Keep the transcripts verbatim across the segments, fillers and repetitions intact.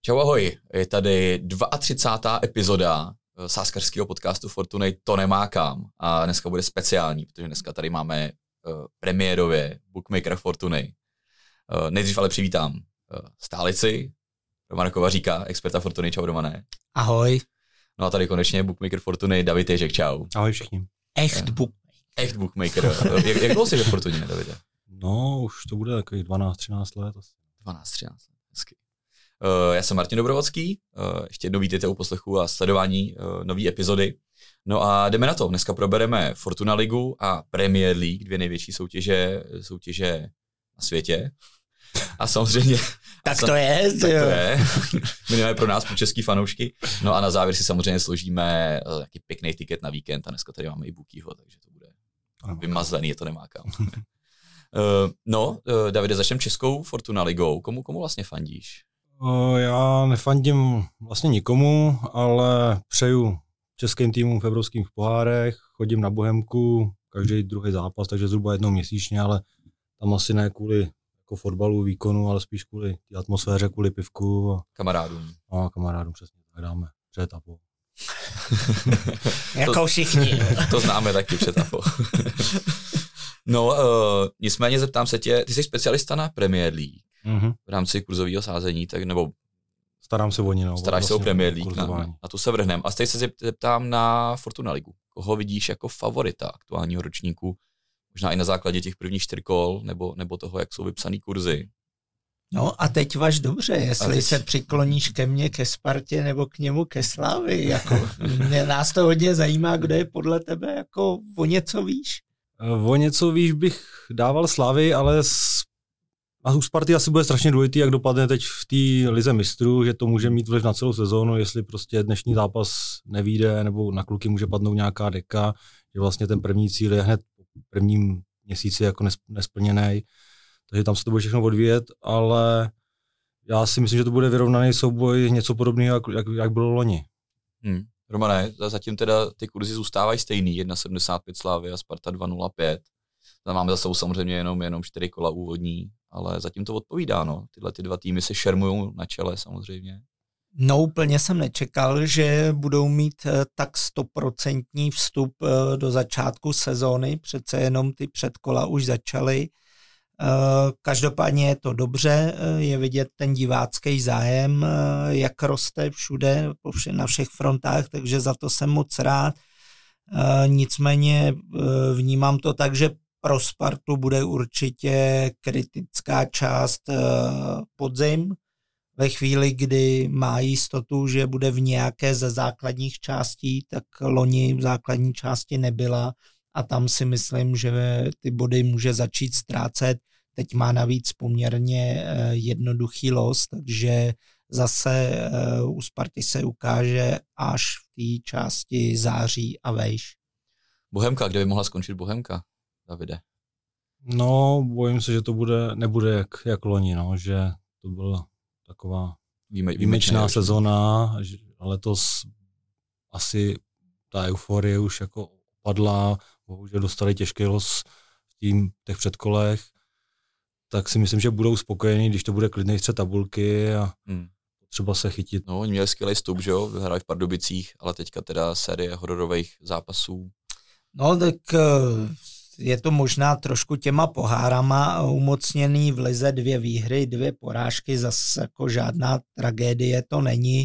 Čau, ahoj, je tady třicátá druhá epizoda sázkařského podcastu Fortuny To nemá kam a dneska bude speciální, protože dneska tady máme uh, premiérově bookmakera Fortuny. Uh, nejdřív ale přivítám uh, stálici, Romana Kovaříka, experta Fortuny. Čau, Romane. Ahoj. No a tady konečně bookmaker Fortuny David Ježek, čau. Ahoj všichni. Echt book. Echt bookmaker. jak, jak dlouho jsi ve Fortuně, Davide? No, už to bude takových dvanáct třináct let. dvanáct třináct let, hezky. Uh, já jsem Martin Dobrovodský, uh, ještě jednou vítejte u poslechu a sledování uh, nové epizody. No a jdeme na to, dneska probereme Fortuna Ligu a Premier League, dvě největší soutěže, soutěže na světě. A samozřejmě... tak to je. Tak to je, minimálně pro nás, pro český fanoušky. No a na závěr si samozřejmě složíme uh, taky pěkný tiket na víkend a dneska tady máme i Bookyho, takže to bude vymazlený, je to nemá kam. uh, no, uh, Davide, začneme českou Fortuna Ligou. Komu, komu vlastně fandíš? Já nefandím vlastně nikomu, ale přeju českým týmům v evropských pohárech, chodím na Bohemku každý druhý zápas, takže zhruba jednou měsíčně, ale tam asi ne kvůli jako fotbalu, výkonu, ale spíš kvůli té atmosféře, kvůli pivku. A kamarádům. A kamarádům, přesně, tak dáme před a po. Jako všichni. To známe taky před a po. No, uh, nicméně zeptám se tě, ty jsi specialista na Premier League. Mm-hmm. V rámci kurzového sázení, tak nebo starám se o ní, no. Staráš se o Premier League, na, na to se vrhneme. A teď se zeptám na Fortuna Ligu. Koho vidíš jako favorita aktuálního ročníku? Možná i na základě těch prvních čtyř kol, nebo, nebo toho, jak jsou vypsaný kurzy. No a teď vaš dobře, jestli teď... se přikloníš ke mně, ke Spartě, nebo k němu ke Slávii. Jako, mě, nás to hodně zajímá, kdo je podle tebe jako o něco výš. O něco výš bych dával Slávii, ale s A u Sparty asi bude strašně důležitý, jak dopadne teď v té lize mistrů, že to může mít vliv na celou sezónu, jestli prostě dnešní zápas nevyjde, nebo na kluky může padnout nějaká deka, že vlastně ten první cíl je hned po prvním měsíci jako nesplněný. Takže tam se to bude všechno odvíjet, ale já si myslím, že to bude vyrovnaný souboj, něco podobného, jak, jak, jak bylo loni. Hmm. Romane, zatím teda ty kurzy zůstávají stejný, jedna sedmdesát pět Slávy a Sparta dva nula pět. Tam máme za sebou samozřejmě jenom, jenom čtyři kola úvodní, ale zatím to odpovídá, no. Tyhle ty dva týmy se šermujou na čele samozřejmě. No úplně jsem nečekal, že budou mít tak stoprocentní vstup do začátku sezóny, přece jenom ty předkola už začaly. Každopádně je to dobře, je vidět ten divácký zájem, jak roste všude, na všech frontách, takže za to jsem moc rád. Nicméně vnímám to tak, že pro Spartu bude určitě kritická část podzim. Ve chvíli, kdy má jistotu, že bude v nějaké ze základních částí, tak loni v základní části nebyla a tam si myslím, že ty body může začít ztrácet. Teď má navíc poměrně jednoduchý los, takže zase u Sparty se ukáže až v té části září a vejš. Bohemka, kde by mohla skončit Bohemka, Davide? No, bojím se, že to bude, nebude jak, jak loni, no, že to byla taková Výjime, výjimečná sezona, a letos asi ta euforie už jako padla, bohužel dostali těžký los v tým, těch předkolech, tak si myslím, že budou spokojení, když to bude klidný střed tabulky a hmm. třeba se chytit. No, oni měli skvělý vstup, že jo, vyhráli v Pardubicích, ale teďka teda série hororových zápasů. No, tak je to možná trošku těma pohárama umocněný v lize, dvě výhry, dvě porážky, zase jako žádná tragédie to není.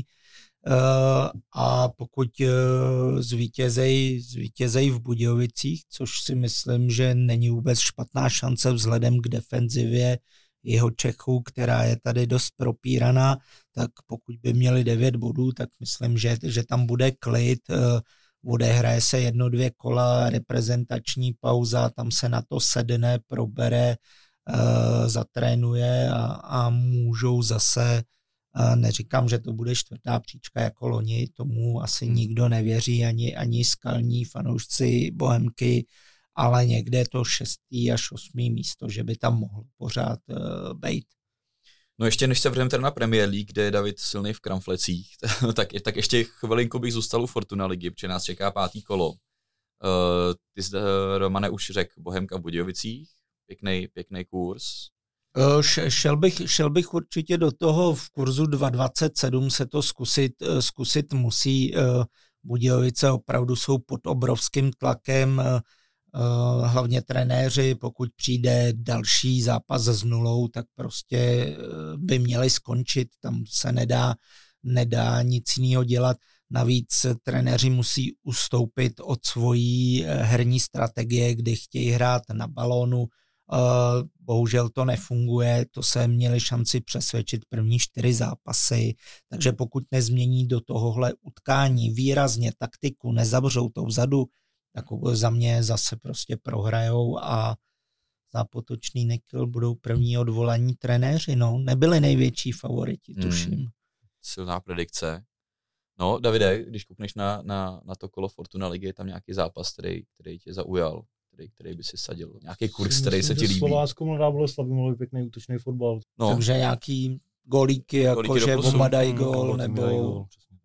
A pokud zvítězej, zvítězej v Budějovicích, což si myslím, že není vůbec špatná šance vzhledem k defenzivě jeho Čechů, která je tady dost propíraná, tak pokud by měli devět bodů, tak myslím, že, že tam bude klid. Odehraje se jedno, dvě kola, reprezentační pauza, tam se na to sedne, probere, uh, zatrénuje a, a můžou zase, uh, neříkám, že to bude čtvrtá příčka jako loni, tomu asi nikdo nevěří, ani, ani skalní fanoušci Bohemky, ale někde to šestý až osmý místo, že by tam mohl pořád uh, bejt. No ještě než se vrhneme teda na Premier League, kde je David silný v kramflecích, tak, tak ještě chvilinku bych zůstal u Fortuna ligy, protože nás čeká pátý kolo. Uh, ty jsi, Romane, už řekl Bohemka v Budějovicích, pěkný, pěkný kurz. Šel bych, šel bych určitě do toho v kurzu dva dvacet sedm se to zkusit, zkusit musí. Budějovice opravdu jsou pod obrovským tlakem, hlavně trenéři, pokud přijde další zápas s nulou, tak prostě by měli skončit, tam se nedá, nedá nic jiného dělat. Navíc trenéři musí ustoupit od svojí herní strategie, kdy chtějí hrát na balónu. Bohužel to nefunguje, to se měli šanci přesvědčit první čtyři zápasy, takže pokud nezmění do tohohle utkání výrazně taktiku, nezavřou to vzadu, tak za mě zase prostě prohrajou a za Potočný Nikl budou první odvolaní trenéři, no, nebyli největší favoriti, tuším. Hmm. Silná predikce. No, Davide, když koukneš na, na, na to kolo Fortuna ligy, je tam nějaký zápas, který, který tě zaujal, který, který by si sadil, nějaký kurz, který se ti líbí. Slovácko Mladá Boleslav by mohl být pěkný útočný fotbal. No. Takže nějaký golíky, jako že oba dají gól, nebo...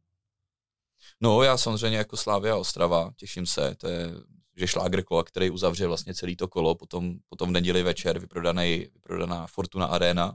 No, já samozřejmě jako Slavia Ostrava, těším se, to je, že šlágr kola, který uzavře vlastně celý to kolo, potom, potom v neděli večer vyprodaný, vyprodaná Fortuna Arena.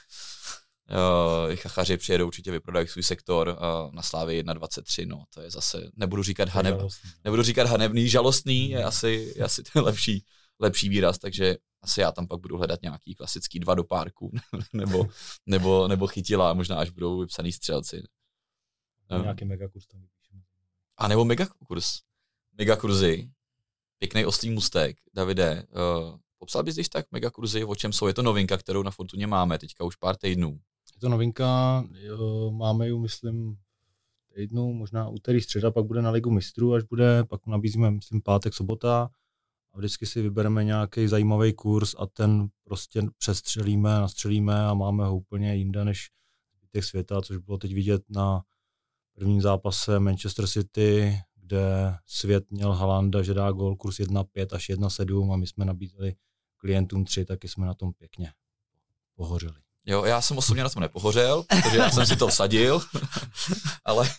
Uh, chachaři přijedou, určitě vyprodají svůj sektor uh, na Slávii jedna dvacet tři, no, to je zase, nebudu říkat, haneb, nebudu říkat hanebný, žalostný, je asi, je asi ten lepší, lepší výraz, takže asi já tam pak budu hledat nějaký klasický dva do párku, nebo, nebo, nebo chytila, možná až budou vypsaný střelci. Um, nějaký megakurs tam vypíšeme. A nebo megakurs, megakurzy, pěkný ostrý mustek, Davide, uh, popsal bys když tak megakurzy, o čem jsou, je to novinka, kterou na Fortuně máme teďka už pár týdnů. Je to novinka, jo, máme ji, myslím, týdnu, možná úterý, středa, pak bude na Ligu mistrů, až bude, pak nabízíme, myslím, pátek, sobota a vždycky si vybereme nějaký zajímavý kurz a ten prostě přestřelíme, nastřelíme a máme ho úplně jinde než zbytek světa, což bylo teď vidět na prvním zápase Manchester City, kde svět měl Haalanda, že dá gól, kurz jedna pět až jedna sedm a my jsme nabízeli klientům tři, taky jsme na tom pěkně pohořeli. Jo, já jsem osobně na tom nepohořel, protože já jsem si to vsadil, ale,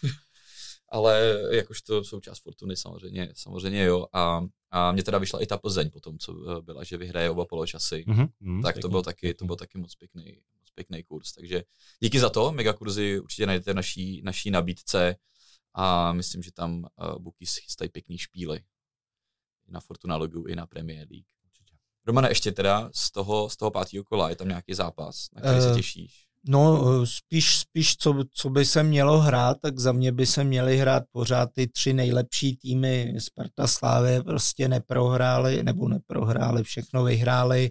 ale jakožto součást Fortuny samozřejmě, samozřejmě jo. A, a mě teda vyšla i ta Plzeň po tom, co byla, že vyhraje oba poločasy, mm-hmm, mm, tak to byl taky, to byl taky moc pěkný, moc pěkný kurz. Takže díky za to, megakurzy určitě najdete v naší, naší nabídce a myslím, že tam uh, bookies chystají pěkný špíly. I na Fortuna Ligu, i na Premier League. Romane, ještě teda z toho, z toho pátého kola je tam nějaký zápas, na který se těšíš? No spíš, spíš co, co by se mělo hrát, tak za mě by se měly hrát pořád ty tři nejlepší týmy. Sparta, Slavie prostě neprohráli, nebo neprohráli, všechno vyhráli,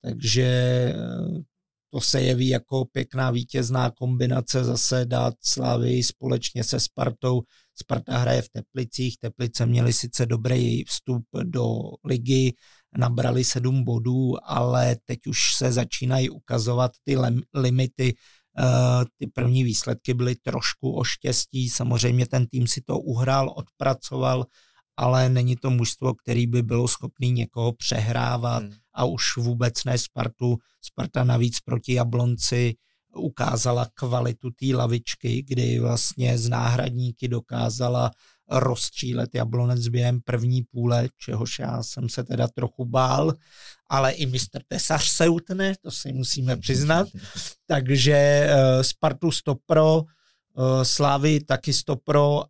takže to se jeví jako pěkná vítězná kombinace, zase dát Slavii společně se Spartou. Sparta hraje v Teplicích, Teplice měli sice dobrý vstup do ligy, nabrali sedm bodů, ale teď už se začínají ukazovat ty limity. Ty první výsledky byly trošku o štěstí, samozřejmě ten tým si to uhrál, odpracoval, ale není to mužstvo, který by bylo schopný někoho přehrávat hmm. a už vůbec ne Spartu. Sparta navíc proti Jablonci ukázala kvalitu té lavičky, kdy vlastně z náhradníky dokázala rozstřílet Jablonec během první půle, čehož já jsem se teda trochu bál, ale i mistr Tesař se utne, to si musíme přiznat. Takže uh, Spartu stopro, uh, Slávy taky stopro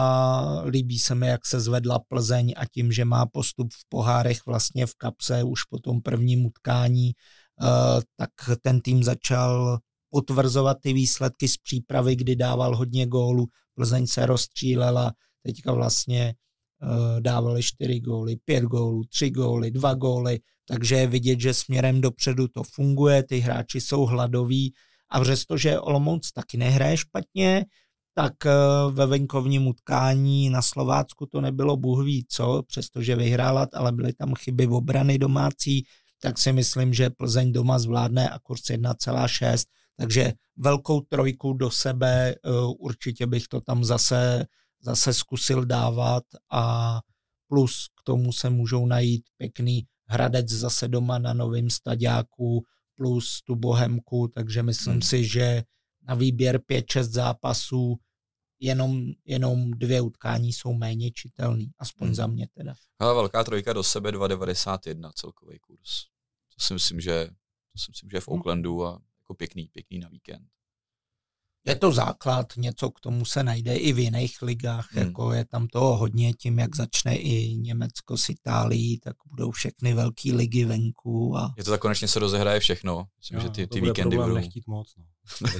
a líbí se mi, jak se zvedla Plzeň a tím, že má postup v pohárech vlastně v kapse už po tom prvním utkání, uh, tak ten tým začal potvrzovat ty výsledky z přípravy, kdy dával hodně gólů, Plzeň se rozstřílela, teďka vlastně uh, dávali čtyři góly, pět gólů, tři góly, dva góly, takže je vidět, že směrem dopředu to funguje, ty hráči jsou hladoví a přestože Olomouc taky nehraje špatně, tak uh, ve venkovním utkání na Slovácku to nebylo bůh ví co, přestože vyhrála, ale byly tam chyby v obrany domácí, tak si myslím, že Plzeň doma zvládne a kurz jedna celá šest, takže velkou trojku do sebe, uh, určitě bych to tam zase zase zkusil dávat a plus k tomu se můžou najít pěkný Hradec zase doma na novém stadiáku plus tu Bohemku, takže myslím hmm. si, že na výběr pět šest zápasů jenom, jenom dvě utkání jsou méně čitelný, aspoň hmm. za mě teda. Ale velká trojka do sebe dva devadesát jedna celkový kurz. To si myslím, že To si myslím, že je v Oaklandu a jako pěkný, pěkný na víkend. Je to základ, něco k tomu se najde i v jiných ligách, hmm. jako je tam toho hodně, tím jak začne i Německo s Itálií, tak budou všechny velké ligy venku. A... Je to tak, konečně se rozehraje všechno. Myslím, jo, že ty, to ty bude víkendy budou... nechtít moc, no.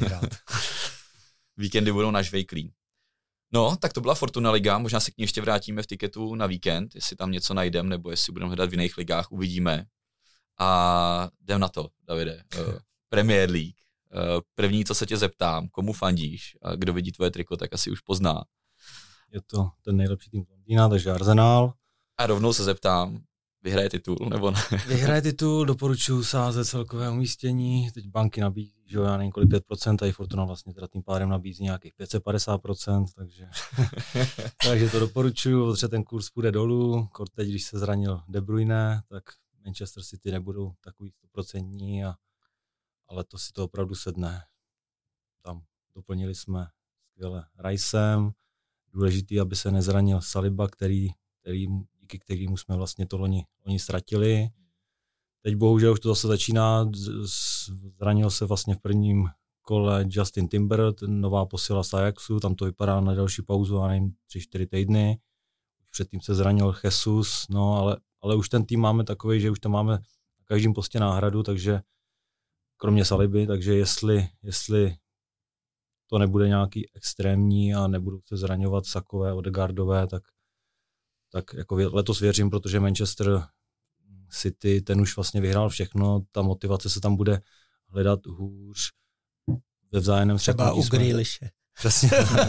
Víkendy budou nažvejklí. No, tak to byla Fortuna liga, možná se k ní ještě vrátíme v tiketu na víkend, jestli tam něco najdeme, nebo jestli budeme hledat v jiných ligách, uvidíme. A jdem na to, Davide. Premier League. První, co se tě zeptám, komu fandíš a kdo vidí tvoje triko, tak asi už pozná. Je to ten nejlepší tým Londýna, takže Arsenal. A rovnou se zeptám, vyhraje titul, nebo ne? Vyhraje titul, doporučuji sázet celkové umístění, teď banky nabízí, že jo, já nevím kolik pět procent, a i Fortuna vlastně teda tím pádem nabízí nějakých pět set padesát procent, takže, takže to doporučuji, protože ten kurz půjde dolů, teď, když se zranil De Bruyne, tak Manchester City nebudou takový sto procent, a ale to si to opravdu sedne. Tam doplnili jsme skvěle Ricem, důležitý, aby se nezranil Saliba, který, který, díky kterému jsme vlastně to loni, loni ztratili. Teď bohužel už to zase začíná, zranil se vlastně v prvním kole Justin Timber, ten nová posila z Ajaxu, tam to vypadá na další pauzu, a nevím, tři čtyři týdny. Předtím se zranil Jesus, no ale, ale už ten tým máme takový, že už tam máme na každém postě náhradu, takže kromě Saliby, takže jestli, jestli to nebude nějaký extrémní a nebudou se zraňovat Sakové, Odegaardové, tak, tak jako letos věřím, protože Manchester City, ten už vlastně vyhrál všechno, ta motivace se tam bude hledat hůř ve vzájemném třeba u Grealishe. Přesně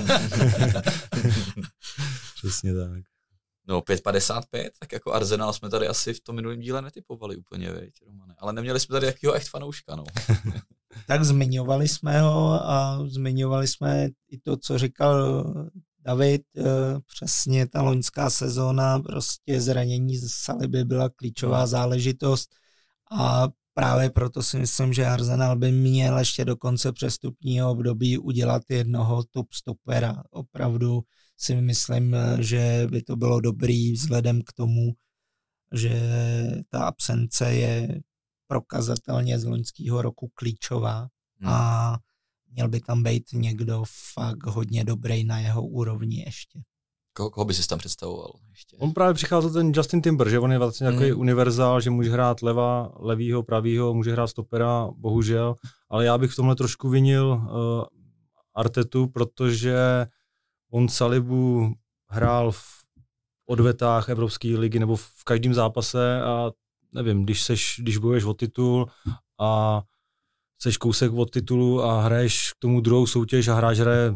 Přesně tak. No, pět padesát pět, tak jako Arsenal jsme tady asi v tom minulém díle netypovali úplně, veď, Romane. Ale neměli jsme tady jakýho echt fanouška, no. Tak zmiňovali jsme ho a zmiňovali jsme i to, co říkal David, přesně ta loňská sezóna, prostě zranění Saliby byla klíčová záležitost a právě proto si myslím, že Arsenal by měl ještě do konce přestupního období udělat jednoho top stopera. Opravdu si myslím, že by to bylo dobrý vzhledem k tomu, že ta absence je prokazatelně z loňského roku klíčová hmm. a měl by tam být někdo fakt hodně dobrý na jeho úrovni ještě. Koho, koho by si tam představoval ještě? On právě přicházel ten Justin Timber, že on je vlastně hmm. takový univerzál, že může hrát leva, levýho, pravýho, může hrát stopera, bohužel, ale já bych v tomhle trošku vinil uh, Artetu, protože on Salibu hrál v odvetách Evropské ligy nebo v každém zápase a nevím, když, seš, když bojuješ o titul a seš kousek od titulu a hraješ k tomu druhou soutěž a hráč hraje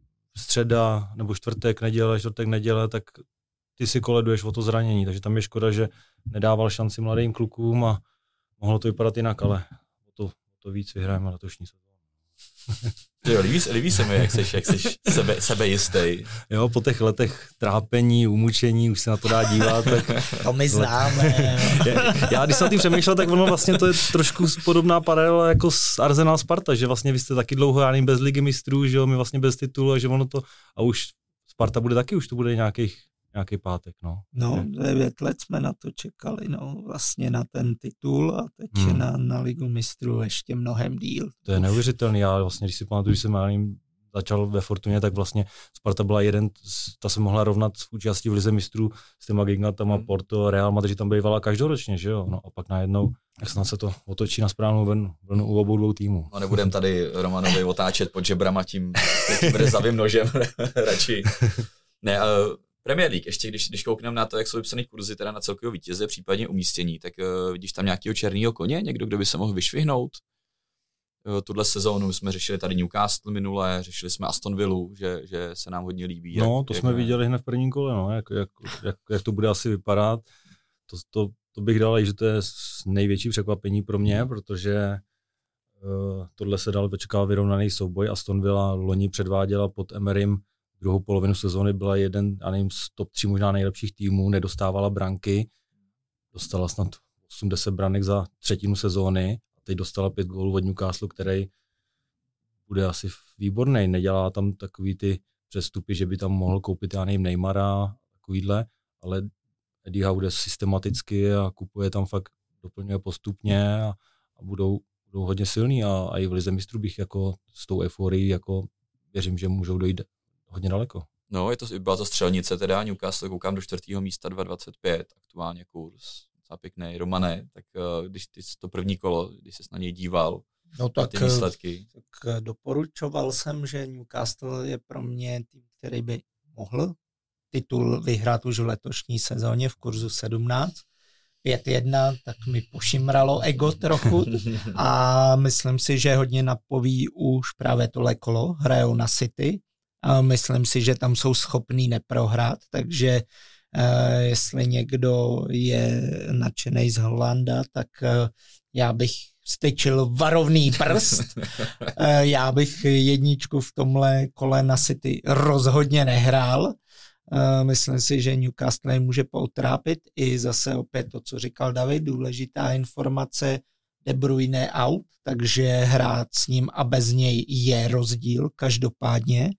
středa nebo čtvrtek, neděle, čtvrtek, neděle, tak ty si koleduješ o to zranění, takže tam je škoda, že nedával šanci mladým klukům a mohlo to vypadat jinak, ale o to, o to víc vyhrajeme letošní sezónu. Jo, líbí, líbí se mi, jak jsi, jak jsi sebe, sebejistý. Jo, po těch letech trápení, umučení, už se na to dá dívat. Tak to my známe. Já, já když jsem na tím přemýšlel, tak ono vlastně to je trošku podobná paralela jako s Arsenal Sparta, že vlastně vy jste taky dlouho, já nevím, bez ligy mistrů, že jo, my vlastně bez titulu, a že ono to, a už Sparta bude taky, už to bude nějakých nějaký pátek, no. No, devět let jsme na to čekali, no, vlastně na ten titul a teď hmm. na, na ligu mistrů ještě mnohem díl. To je neuvěřitelný, já vlastně, když si pamatuju, když jsem začal ve Fortuně, tak vlastně Sparta byla jeden, ta se mohla rovnat v účastí v lize mistrů s těma gigantama hmm. Porto, Real Madrid tam bývala každoročně, že jo, no a pak najednou, jak snad se to otočí na správnou vlnu u obou dvou týmů. No nebudem tady Romanovi otáčet pod žebrama tím, tím rezavým nožem radši. Ne, uh, Premier League, ještě když, když koukneme na to, jak jsou vypsaný kurzy teda na celkového vítěze, případně umístění, tak uh, vidíš tam nějakého černého koně, někdo, kdo by se mohl vyšvihnout? Uh, tuhle sezónu jsme řešili tady Newcastle minule, řešili jsme Aston Villu, že, že se nám hodně líbí. No, jak, to jak jsme ne... viděli hned v prvním kole, no, jak, jak, jak, jak to bude asi vypadat. To, to, to bych dal, že to je největší překvapení pro mě, protože uh, tohle se dal očekávat vyrovnaný souboj. Aston Villa loni předváděla pod Emerym druhou polovinu sezóny, byla jeden, já nevím, z top tři možná nejlepších týmů, nedostávala branky, dostala snad osm deset branek za třetinu sezóny a teď dostala pět gólů od Newcastle, který bude asi výborný, nedělá tam takový ty přestupy, že by tam mohl koupit, já nevím, Neymara, takovýhle, ale Eddie Howe jde systematicky a kupuje tam fakt, doplňuje postupně a, a budou, budou hodně silný a, a i v lize mistrů bych jako s tou euforií jako věřím, že můžou dojít hodně daleko. No, je to, byla to střelnice teda, Newcastle, koukám do čtvrtého místa dva dvacet pět, aktuálně kurz, docela pěkný. Romane, tak když ty to první kolo, když ses na něj díval, no tak, ty výsledky. Tak doporučoval jsem, že Newcastle je pro mě tým, který by mohl titul vyhrát už v letošní sezóně v kurzu sedmnáct. pět jedna, tak mi pošimralo ego trochu a myslím si, že hodně napoví už právě tohle kolo, hrajou na City a myslím si, že tam jsou schopní neprohrát, takže uh, jestli někdo je nadšenej z Holanda, tak uh, já bych styčil varovný prst, uh, já bych jedničku v tomhle kole na City rozhodně nehrál. Uh, myslím si, že Newcastle může poutrápit i zase opět to, co říkal David, důležitá informace, De Bruyne out, takže hrát s ním a bez něj je rozdíl každopádně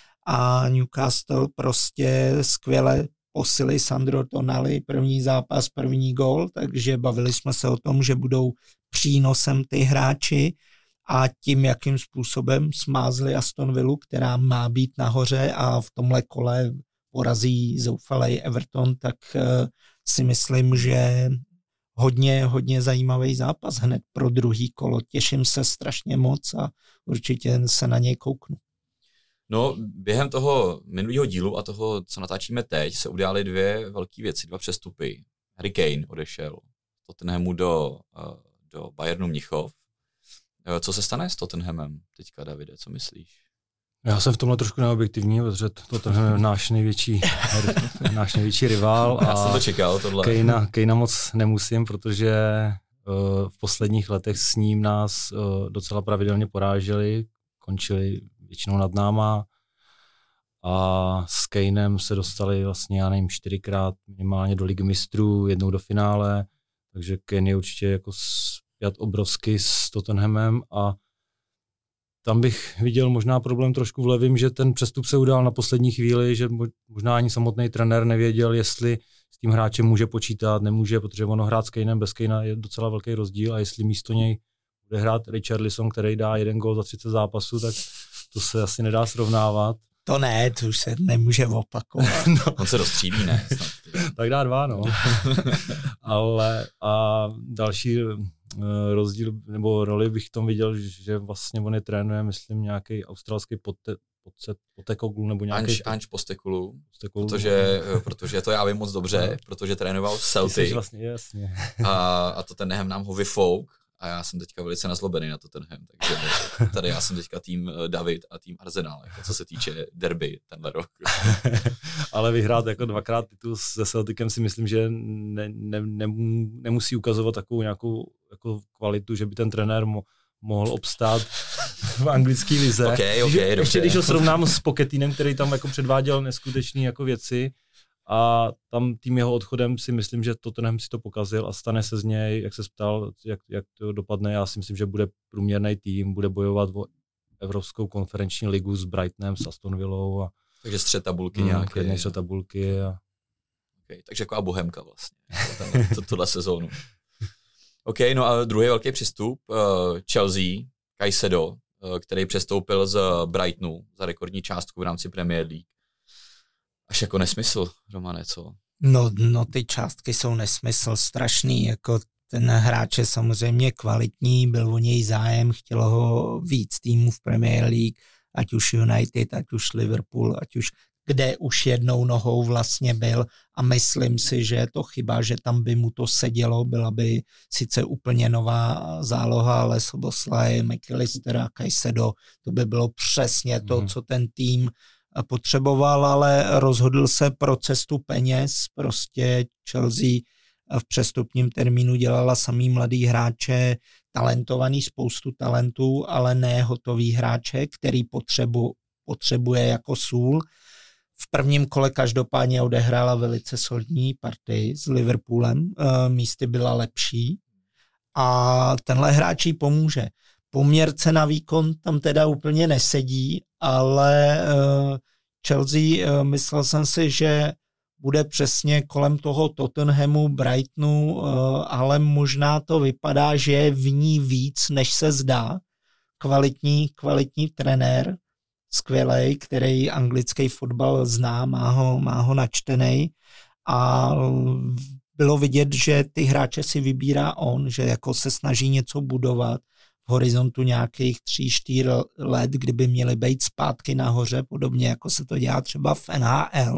a Newcastle prostě skvěle posily Sandro Tonali, první zápas, první gól, takže bavili jsme se o tom, že budou přínosem ty hráči a tím, jakým způsobem smázli Aston Villu, která má být nahoře a v tomhle kole porazí zoufalej Everton, tak uh, si myslím, že hodně, hodně zajímavý zápas hned pro druhý kolo. Těším se strašně moc a určitě se na něj kouknu. No, během toho minulého dílu a toho, co natáčíme teď, se udály dvě velké věci, dva přestupy. Harry Kane odešel z Tottenhamu do, uh, do Bayernu Mnichov. Uh, co se stane s Tottenhamem teďka, Davide, co myslíš? Já jsem v tomhle trošku neobjektivní, protože to je náš největší, náš největší rival. Já jsem to čekal, tohle. Kejna, Kejna moc nemusím, protože uh, v posledních letech s ním nás uh, docela pravidelně poráželi, končili většinou nad náma a s Kejnem se dostali vlastně, já nevím, čtyřikrát minimálně do Ligy mistrů, jednou do finále, takže Kane je určitě jako spjat obrovsky s Tottenhamem a tam bych viděl možná problém trošku v levým, že ten přestup se udál na poslední chvíli, že možná ani samotný trenér nevěděl, jestli s tím hráčem může počítat, nemůže, protože ono hrát s Kanem bez Kejna je docela velký rozdíl a jestli místo něj bude hrát Richarlison, který dá jeden gól za třicet zápasů, tak to se asi nedá srovnávat. To ne, to už se nemůže opakovat. No. On se rozstřílí, ne? Tak dá dva, no. Ale a další rozdíl nebo roli bych tom viděl, že vlastně on je trénuje, myslím, nějaký australský pote, pote, Potekoglu nebo nějaký... Ange, Ange Postecoglou, protože, protože to já vím moc dobře, no. Protože trénoval Celtic. Vlastně, jasně. A, a to Tottenham nám ho vyfouk a já jsem teďka velice nazlobený na Tottenham, takže tady já jsem teďka tým David a tým Arsenal, jako co se týče derby tenhle rok. Ale vyhrát jako dvakrát titul se Celticem si myslím, že ne, ne, ne, nemusí ukazovat takovou nějakou jako kvalitu, že by ten trenér mo, mohl obstát v anglické lize. Okay, okay, ještě když ho srovnám s Pochettinem, který tam jako předváděl neskutečné jako věci a tam tím jeho odchodem si myslím, že Tottenham si to pokazil a stane se z něj, jak se ptal, jak, jak to dopadne, já si myslím, že bude průměrný tým, bude bojovat o Evropskou konferenční ligu s Brightonem, s Aston Villou a takže střed tabulky mm, nějaké. Jednej střed tabulky. A... Okay, takže jako bohemka vlastně, to, tohle sezónu. OK, no a druhý velký přístup, uh, Chelsea, Caicedo, uh, který přestoupil z Brightonu za rekordní částku v rámci Premier League. Až jako nesmysl, Romane, co? No, no ty částky jsou nesmysl, strašný, jako ten hráč je samozřejmě kvalitní, byl o něj zájem, chtělo ho víc týmů v Premier League, ať už United, ať už Liverpool, ať už kde už jednou nohou vlastně byl a myslím si, že je to chyba, že tam by mu to sedělo, byla by sice úplně nová záloha, ale Szoboszlai, McAllister a Caicedo, to by bylo přesně to, mm. co ten tým potřeboval, ale rozhodl se pro cestu peněz, prostě Chelsea v přestupním termínu dělala samý mladý hráče, talentovaný, spoustu talentů, ale ne hotový hráče, který potřebu, potřebuje jako sůl. V prvním kole každopádně odehrála velice solidní partii s Liverpoolem, místy byla lepší a tenhle hráč jí pomůže. Poměr cena výkon tam teda úplně nesedí, ale Chelsea, myslel jsem si, že bude přesně kolem toho Tottenhamu, Brightonu, ale možná to vypadá, že je v ní víc, než se zdá. Kvalitní, kvalitní trenér, skvělej, který anglický fotbal zná, má ho, má ho načtenej a bylo vidět, že ty hráče si vybírá on, že jako se snaží něco budovat v horizontu nějakých tří, čtyř let, kdyby měli být zpátky nahoře, podobně jako se to dělá třeba v N H L.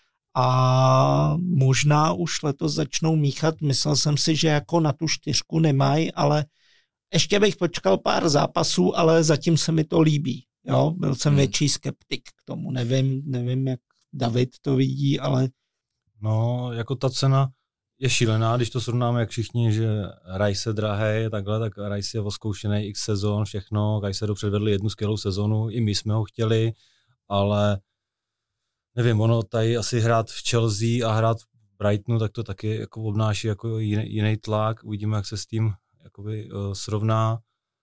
A možná už letos začnou míchat. Myslel jsem si, že jako na tu čtyřku nemají, ale ještě bych počkal pár zápasů, ale zatím se mi to líbí. Jo? Byl jsem hmm. větší skeptik k tomu. Nevím, nevím, jak David to vidí, ale... No, jako ta cena je šílená, když to srovnáme, jak všichni, že Rice je drahej, takhle, tak Rice je oskoušený x sezon, všechno, Rice předvedli jednu skvělou sezonu, i my jsme ho chtěli, ale nevím, ono tady asi hrát v Chelsea a hrát v Brightonu, tak to taky jako obnáší jako jiný, jiný tlak, uvidíme, jak se s tím jakoby, uh, srovná,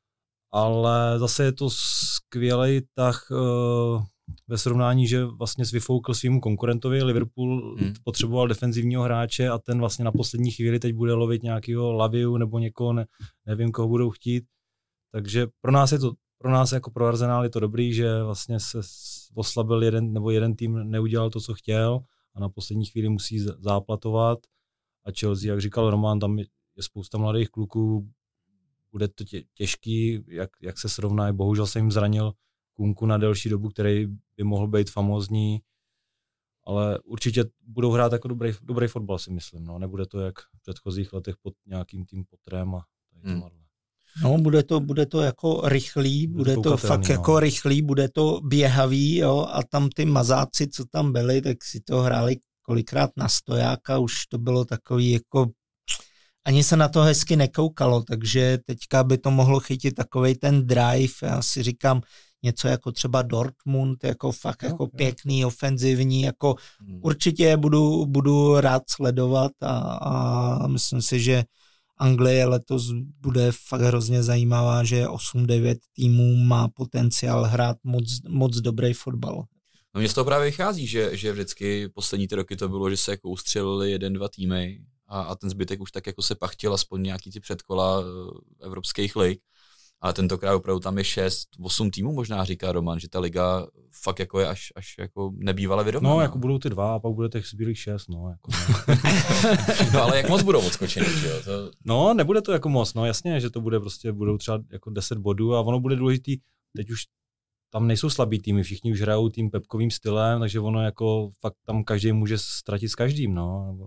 ale zase je to skvělej tah uh, ve srovnání, že vlastně vyfoukl svýmu konkurentovi, Liverpool hmm. potřeboval defenzivního hráče a ten vlastně na poslední chvíli teď bude lovit nějakého Laviu nebo někoho, ne, nevím, koho budou chtít, takže pro nás je to Pro nás jako pro Arsenal je to dobrý, že vlastně se oslabil jeden, nebo jeden tým neudělal to, co chtěl a na poslední chvíli musí záplatovat a Chelsea, jak říkal Roman, tam je spousta mladých kluků, bude to tě, těžký, jak, jak se srovná, bohužel se jim zranil Kunku na delší dobu, který by mohl být famózní, ale určitě budou hrát jako dobrý, dobrý fotbal, si myslím, no, nebude to jak v předchozích letech pod nějakým tým Potrem a tady hmm. No, bude to, bude to jako rychlý, bude, bude to fakt no. jako rychlý, bude to běhavý, jo, a tam ty mazáci, co tam byli, tak si to hráli kolikrát na stojáka, už to bylo takový jako, ani se na to hezky nekoukalo, takže teďka by to mohlo chytit takovej ten drive, já si říkám něco jako třeba Dortmund, jako fakt no, jako jo. pěkný, ofenzivní, jako hmm. určitě budu, budu rád sledovat a, a myslím si, že Anglie letos bude fakt hrozně zajímavá, že osm devět týmů má potenciál hrát moc, moc dobrý fotbal. No mně z toho právě vychází, že, že vždycky poslední ty roky to bylo, že se jako ustřelili jeden, dva týmy a, a ten zbytek už tak jako se pachtil aspoň nějaký ty předkola evropských lig. Ale tentokrát opravdu tam je šest, osm týmů možná, říká Roman, že ta liga fakt jako je až, až jako nebývala vyrovnaná. No, jako budou ty dva a pak bude těch zbylých šest, no. Jako, no. No ale jak moc budou odskočení, že jo? To... No, nebude to jako moc, no jasně, že to bude prostě, budou třeba jako deset bodů a ono bude důležitý, teď už tam nejsou slabý týmy, všichni už hrajou tím pepkovým stylem, takže ono jako fakt tam každý může ztratit s každým, no.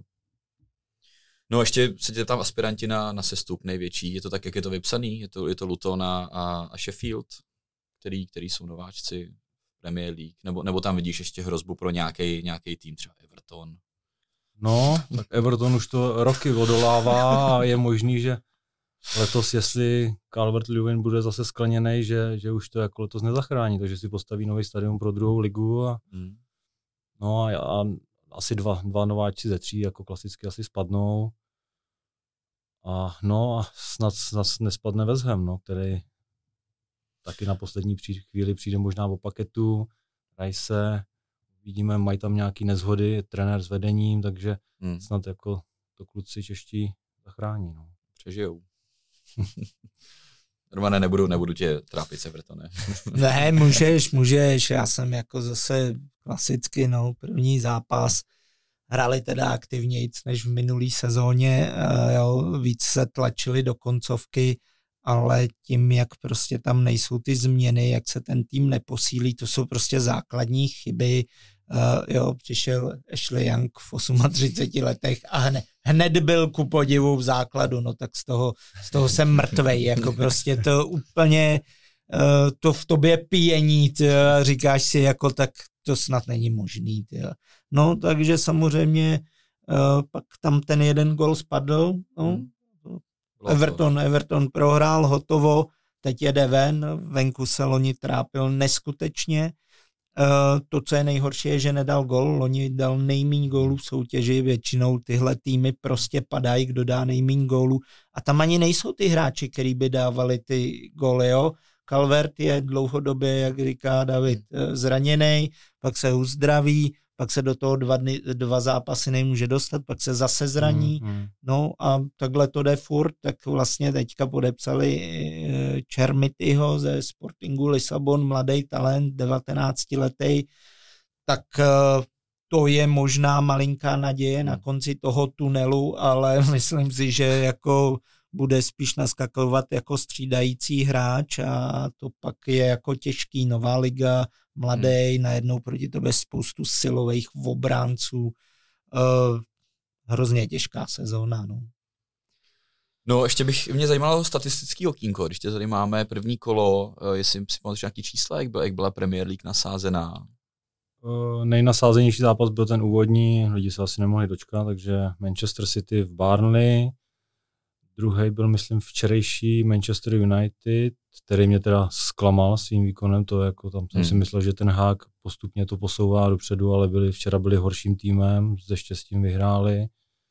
No ještě se tě tam aspiranti na, na sestup největší, je to tak, jak je to vypsaný, je to, je to Luton a, a Sheffield, který, který jsou nováčci v Premier League, nebo, nebo tam vidíš ještě hrozbu pro nějaký nějaký tým, třeba Everton. No, tak Everton už to roky odolává a je možný, že letos, jestli Calvert-Lewin bude zase skleněnej, že, že už to jako letos nezachrání, takže si postaví nový stadion pro druhou ligu a hmm. no a, a asi dva, dva nováčci ze tří jako klasicky asi spadnou. A no a snad, snad nespadne West Ham, no, který taky na poslední pří, chvíli přijde možná o paketu, Rice, vidíme, mají tam nějaký nezhody, trenér s vedením, takže hmm. snad jako to kluci čeští zachrání. No. Přežijou. Romane, nebudu, nebudu tě trápit, Severto, ne? Ne, můžeš, můžeš, já jsem jako zase klasicky, no, první zápas, hráli teda aktivnějc než v minulý sezóně, jo, víc se tlačili do koncovky, ale tím, jak prostě tam nejsou ty změny, jak se ten tým neposílí, to jsou prostě základní chyby. Uh, jo, přišel Ashley Young v třiceti osmi letech a hned, hned byl ku podivu v základu, no tak z toho, z toho jsem mrtvej, jako prostě to úplně, uh, to v tobě píjení, ty, říkáš si, jako tak to snad není možný. Ty. No, takže samozřejmě uh, pak tam ten jeden gol spadl, no, hmm. Everton, Everton prohrál, hotovo, teď jede ven, venku se loni trápil neskutečně. Uh, to, co je nejhorší, je, že nedal gol, loni dal nejméně gólů v soutěži, většinou tyhle týmy prostě padají, kdo dá nejméně gólů a tam ani nejsou ty hráči, který by dávali ty góly, jo. Calvert je dlouhodobě, jak říká David, zraněný, pak se uzdraví, pak se do toho dva, dny, dva zápasy nemůže dostat, pak se zase zraní, mm, mm. no a takhle to jde furt, tak vlastně teďka podepsali Čermityho ze Sportingu Lisabon, mladý talent, devatenáctiletý, tak to je možná malinká naděje na konci toho tunelu, ale myslím si, že jako bude spíš naskakovat jako střídající hráč a to pak je jako těžký, nová liga, mladý, hmm. najednou proti tobě spoustu silových obránců. Uh, hrozně těžká sezóna, no. No, ještě bych mě zajímalo statistický okýnko, když tě tady máme první kolo, jestli si pamatuješ nějaký čísla, jak byla, jak byla Premier League nasázená? Uh, nejnasázenější zápas byl ten úvodní, lidi se asi nemohli dočkat, takže Manchester City v Burnley, druhý byl, myslím, včerejší Manchester United, který mě teda zklamal svým výkonem, to jako tam jsem hmm. si myslel, že ten hák postupně to posouvá dopředu, ale byli, včera byli horším týmem, se štěstím vyhráli.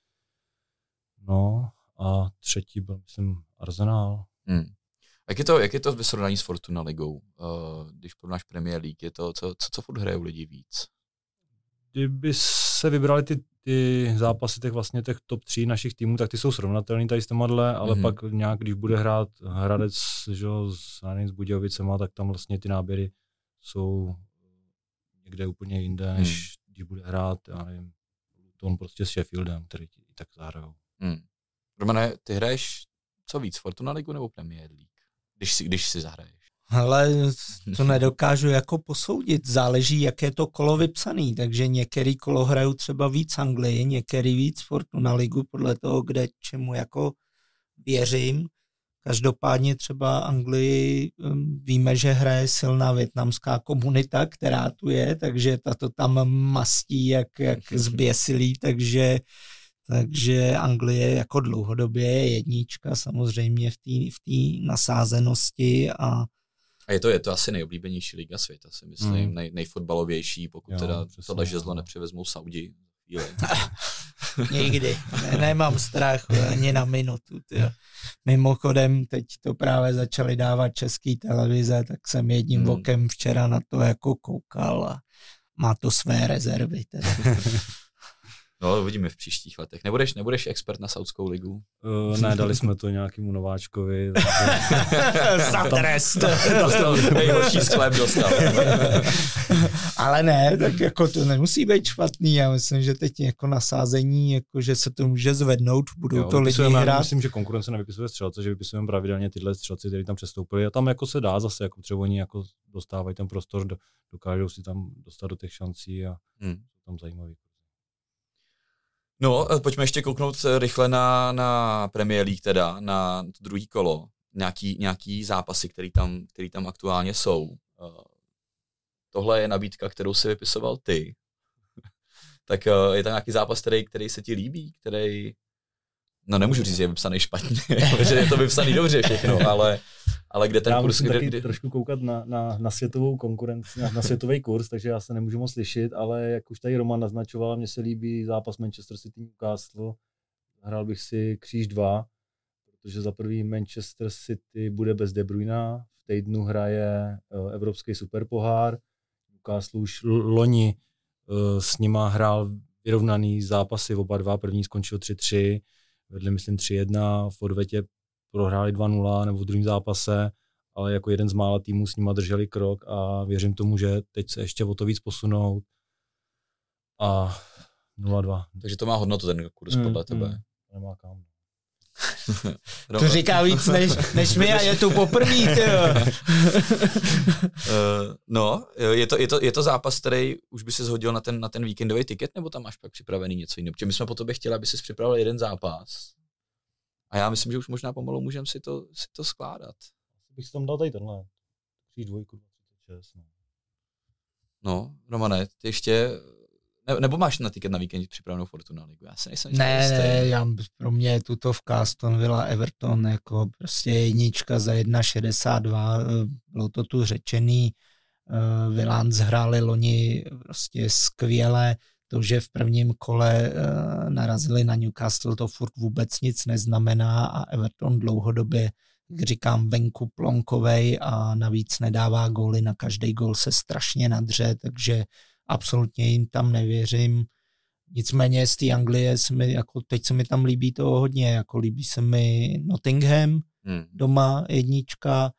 No a třetí byl, myslím, Arsenal. Hmm. Jak je to, jak je to ve srovnání s Fortuna ligou, uh, když porovnáš Premier League, je to, co, co, co furt hrajou lidi víc? Kdyby se vybrali ty, ty zápasy těch vlastně těch top tří našich týmů, tak ty jsou srovnatelný tady s těmadle, ale mm-hmm. pak nějak, když bude hrát Hradec, že, s, s Budějovicema, tak tam vlastně ty náběry jsou někde úplně jinde, než mm. když bude hrát, já nevím, Luton prostě s Sheffieldem, který ti tak zahrajou. Mm. Romane, ty hraješ co víc, Fortuna ligu nebo Premier League, když si, když si zahraješ? Ale to nedokážu jako posoudit, záleží, jak je to kolo vypsaný, takže některý kolo hrajou třeba víc Anglii, některý víc Fortuna ligu, podle toho, kde čemu jako věřím. Každopádně třeba Anglii víme, že hraje silná vietnamská komunita, která tu je, takže ta to tam mastí jak, jak zběsilý, takže Takže Anglie jako dlouhodobě je jednička samozřejmě v té v té nasázenosti a A je to, je to asi nejoblíbenější liga světa, si myslím, mm. nej, nejfotbalovější, pokud jo, teda přesně, tohle žezlo nepřevezmou Saudi. Nikdy, ne, nemám strach ani na minutu. Tyjo. Mimochodem, teď to právě začali dávat český televize, tak jsem jedním mm. okem včera na to jako koukal a má to své rezervy. Teda. No, uvidíme v příštích letech. Nebudeš, nebudeš expert na Saudskou ligu? Uh, ne, dali jsme to nějakému nováčkovi. Za trest. Dostal, nejhorší sklep dostal. Ale ne, tak jako to nemusí být špatný. Já myslím, že teď jako nasázení, jako že se to může zvednout, budou jo, to lidi hrát. Myslím, že konkurence nevypisuje střelce, že vypisujeme pravidelně tyhle střelci, kteří tam přestoupili. A tam jako se dá zase, jako třeba oni jako dostávají ten prostor, dokážou si tam dostat do těch šancí a hmm. tam zajímavý. No, pojďme ještě kouknout rychle na, na Premier League teda, na to druhý kolo. Nějaký, nějaký zápasy, který tam, který tam aktuálně jsou. Uh, tohle je nabídka, kterou si vypisoval ty. Tak uh, je tam nějaký zápas, který, který se ti líbí, který... No nemůžu říct, že je vypsaný špatně, že je to vypsaný dobře všechno, ale, ale kde ten já kurz... Já musím kde, taky kde... trošku koukat na, na, na světovou konkurenci, na, na světový kurz, takže já se nemůžu moc slyšet, ale jak už tady Roman naznačoval, mně se líbí zápas Manchester City Newcastle. Hrál bych si kříž dva, protože za prvý Manchester City bude bez De Bruyna, v týdnu hraje uh, Evropský superpohár. Newcastle už loni uh, s nima hrál vyrovnaný zápasy, oba dva, první skončil tři tři, vedli myslím tři jedna, v odvetě prohráli dva nula nebo v druhém zápase, ale jako jeden z mála týmů s nima drželi krok a věřím tomu, že teď se ještě o to víc posunou. A nula dva. Takže to má hodnotu ten kurz mm, podle tebe. Mm, nemá kam. To říká víc než, než my a je tu poprvý, tyjo. uh, no, je to, je, to, je to zápas, který už by se shodil na ten, na ten víkendový tiket, nebo tam máš pak připravený něco jiného? Protože my jsme po tobě chtěli, aby jsi připravil jeden zápas. A já myslím, že už možná pomalu můžeme si to, si to skládat. Bych si tam dal tady tenhle. Kříž dvojku dvacet šest. No, no Romane, ty ještě... Ne, nebo máš na tiket na víkend připravenou Fortuna ligu? Já se nejsem Ne, jistý. ne, já, pro mě je tutovka Aston Villa Everton jako prostě jednička za jedna šedesát dva, bylo to tu řečený, uh, Villans hráli loni prostě skvěle, to, že v prvním kole uh, narazili na Newcastle, to furt vůbec nic neznamená a Everton dlouhodobě, jak říkám, venku plonkovej a navíc nedává góly, na každý gól se strašně nadře, takže absolutně jim tam nevěřím. Nicméně z té Anglie se mi, jako teď se mi tam líbí to hodně, jako líbí se mi Nottingham, hmm. doma jednička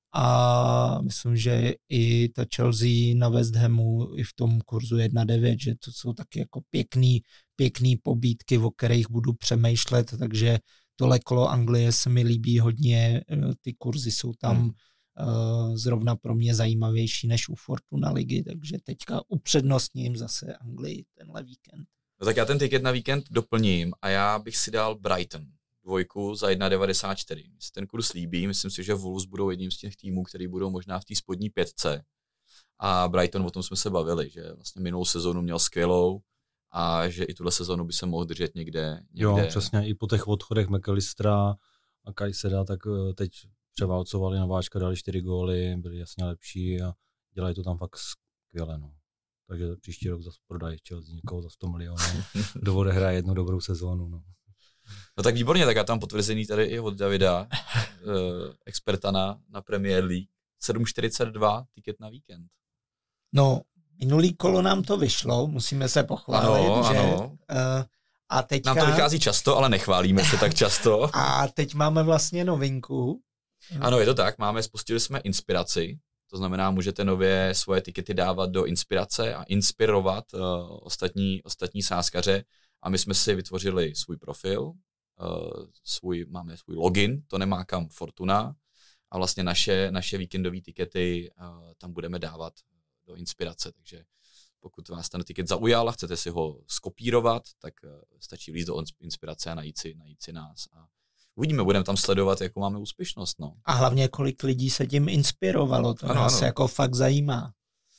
a myslím, že i ta Chelsea na West Hamu i v tom kurzu jedna devět, že to jsou taky jako pěkný, pěkný pobídky, o kterých budu přemýšlet, takže tohle kolo Anglie se mi líbí hodně, ty kurzy jsou tam hmm. uh, zrovna pro mě zajímavější než u Fortuna ligy, takže teďka upřednostním zase Anglii tenhle víkend. No tak já ten tiket na víkend doplním a já bych si dal Brighton dvojku za jedna devadesát čtyři. Mně se ten kurz líbí, myslím si, že Wolves budou jedním z těch týmů, který budou možná v té spodní pětce. A Brighton, o tom jsme se bavili, že vlastně minulou sezonu měl skvělou a že i tuhle sezonu by se mohl držet někde. někde. Jo, přesně, i po těch odchodech McAllistera a Kajseda, tak teď převálcovali nováčka, dali čtyři góly, byli jasně lepší a dělají to tam fakt skvěle. No. Takže příští rok zase prodají Chelsea někoho za sto milionů, kdo odehraje jednu dobrou sezónu. No. no tak výborně, tak já tam potvrzený tady i od Davida, eh, experta na, na Premier League. sedm čtyřicet dva tiket na víkend. No, minulý kolo nám to vyšlo, musíme se pochválit, ano, že... Ano. Uh, a teďka... Nám to vychází často, ale nechválíme se tak často. A teď máme vlastně novinku. Ano, je to tak, máme, spustili jsme inspiraci, to znamená, můžete nově svoje tikety dávat do inspirace a inspirovat uh, ostatní, ostatní sázkaře a my jsme si vytvořili svůj profil, uh, svůj, máme svůj login, to nemá kam Fortuna a vlastně naše, naše víkendové tikety uh, tam budeme dávat do inspirace, takže pokud vás ten tiket zaujal a chcete si ho skopírovat, tak uh, stačí líst do inspirace a najít si, najít si nás a uvidíme, budeme tam sledovat, jakou máme úspěšnost. No. A hlavně, kolik lidí se tím inspirovalo, to ano, nás ano. jako fakt zajímá.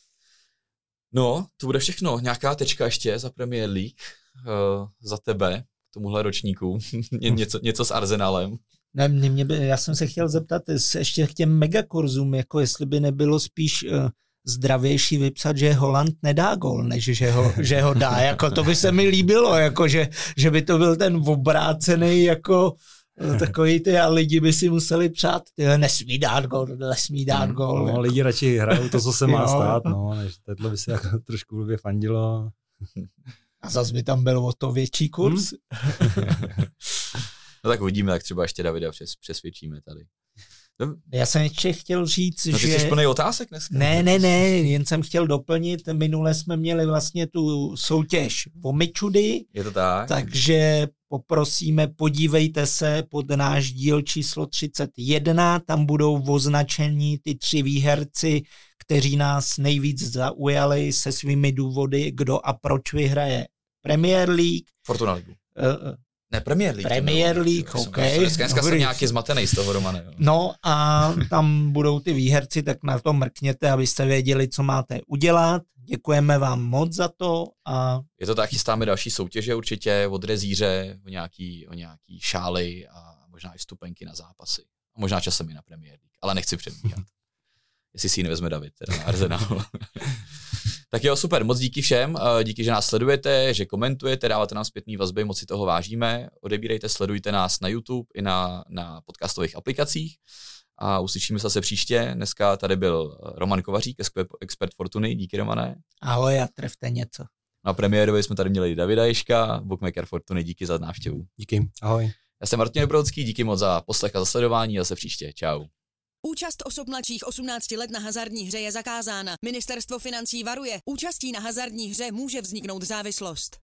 No, to bude všechno. Nějaká tečka ještě za Premier League, uh, za tebe, k tomuhle ročníku. Ně, něco, něco s Arsenalem. Ne, mě by, já jsem se chtěl zeptat ještě k těm megakurzům, jako jestli by nebylo spíš uh, zdravější vypsat, že Haaland nedá gól, než že ho, že ho dá. Jako to by se mi líbilo, jako že, že by to byl ten obrácený jako takový ty a lidi by si museli přát, tyhle nesmí dát gól, nesmí dát gól. No, jako. Lidi radši hrajou to, co se má stát, no, než tohle by se jako trošku blbě fandilo. A zase by tam byl o to větší kurz. Hmm. No tak uvidíme, tak třeba ještě Davida přes, přesvědčíme tady. No. Já jsem ještě chtěl říct, no, že... ty jsi plnej otázek dneska. Ne, ne, ne, jen jsem chtěl doplnit, minule jsme měli vlastně tu soutěž o Mičudy. Je to tak. Takže poprosíme, podívejte se pod náš díl číslo třicet jedna, tam budou označení ty tři výherci, kteří nás nejvíc zaujali se svými důvody, kdo a proč vyhraje Premier League. Fortuna League. Uh, Ne, Premier League. Premier League, no, ok. Dneska jsem nějaký zmatený z toho, Romane. Jo. No a tam budou ty výherci, tak na to mrkněte, abyste věděli, co máte udělat. Děkujeme vám moc za to. A... Je to tak, chystáme další soutěže určitě od Rezíře, o nějaký, o nějaký šály a možná i vstupenky na zápasy. A možná časem i na Premier League, ale nechci předbíhat. Jestli si ji nevezme David, teda na Arsenal. Tak jo, super, moc díky všem, díky, že nás sledujete, že komentujete, dáváte nám zpětný vazby, moc si toho vážíme, odebírejte, sledujte nás na YouTube i na, na podcastových aplikacích a uslyšíme se zase příště. Dneska tady byl Roman Kovařík, expert Fortuny, díky Romane. Ahoj a trefte něco. Na premiérovi jsme tady měli Davida Ježka, bookmaker Fortuny, díky za návštěvu. Díky, ahoj. Já jsem Martin Brodský, díky moc za poslech a za sledování a zase příště, čau. Účast osob mladších osmnácti let na hazardní hře je zakázána. Ministerstvo financí varuje. Účastí na hazardní hře může vzniknout závislost.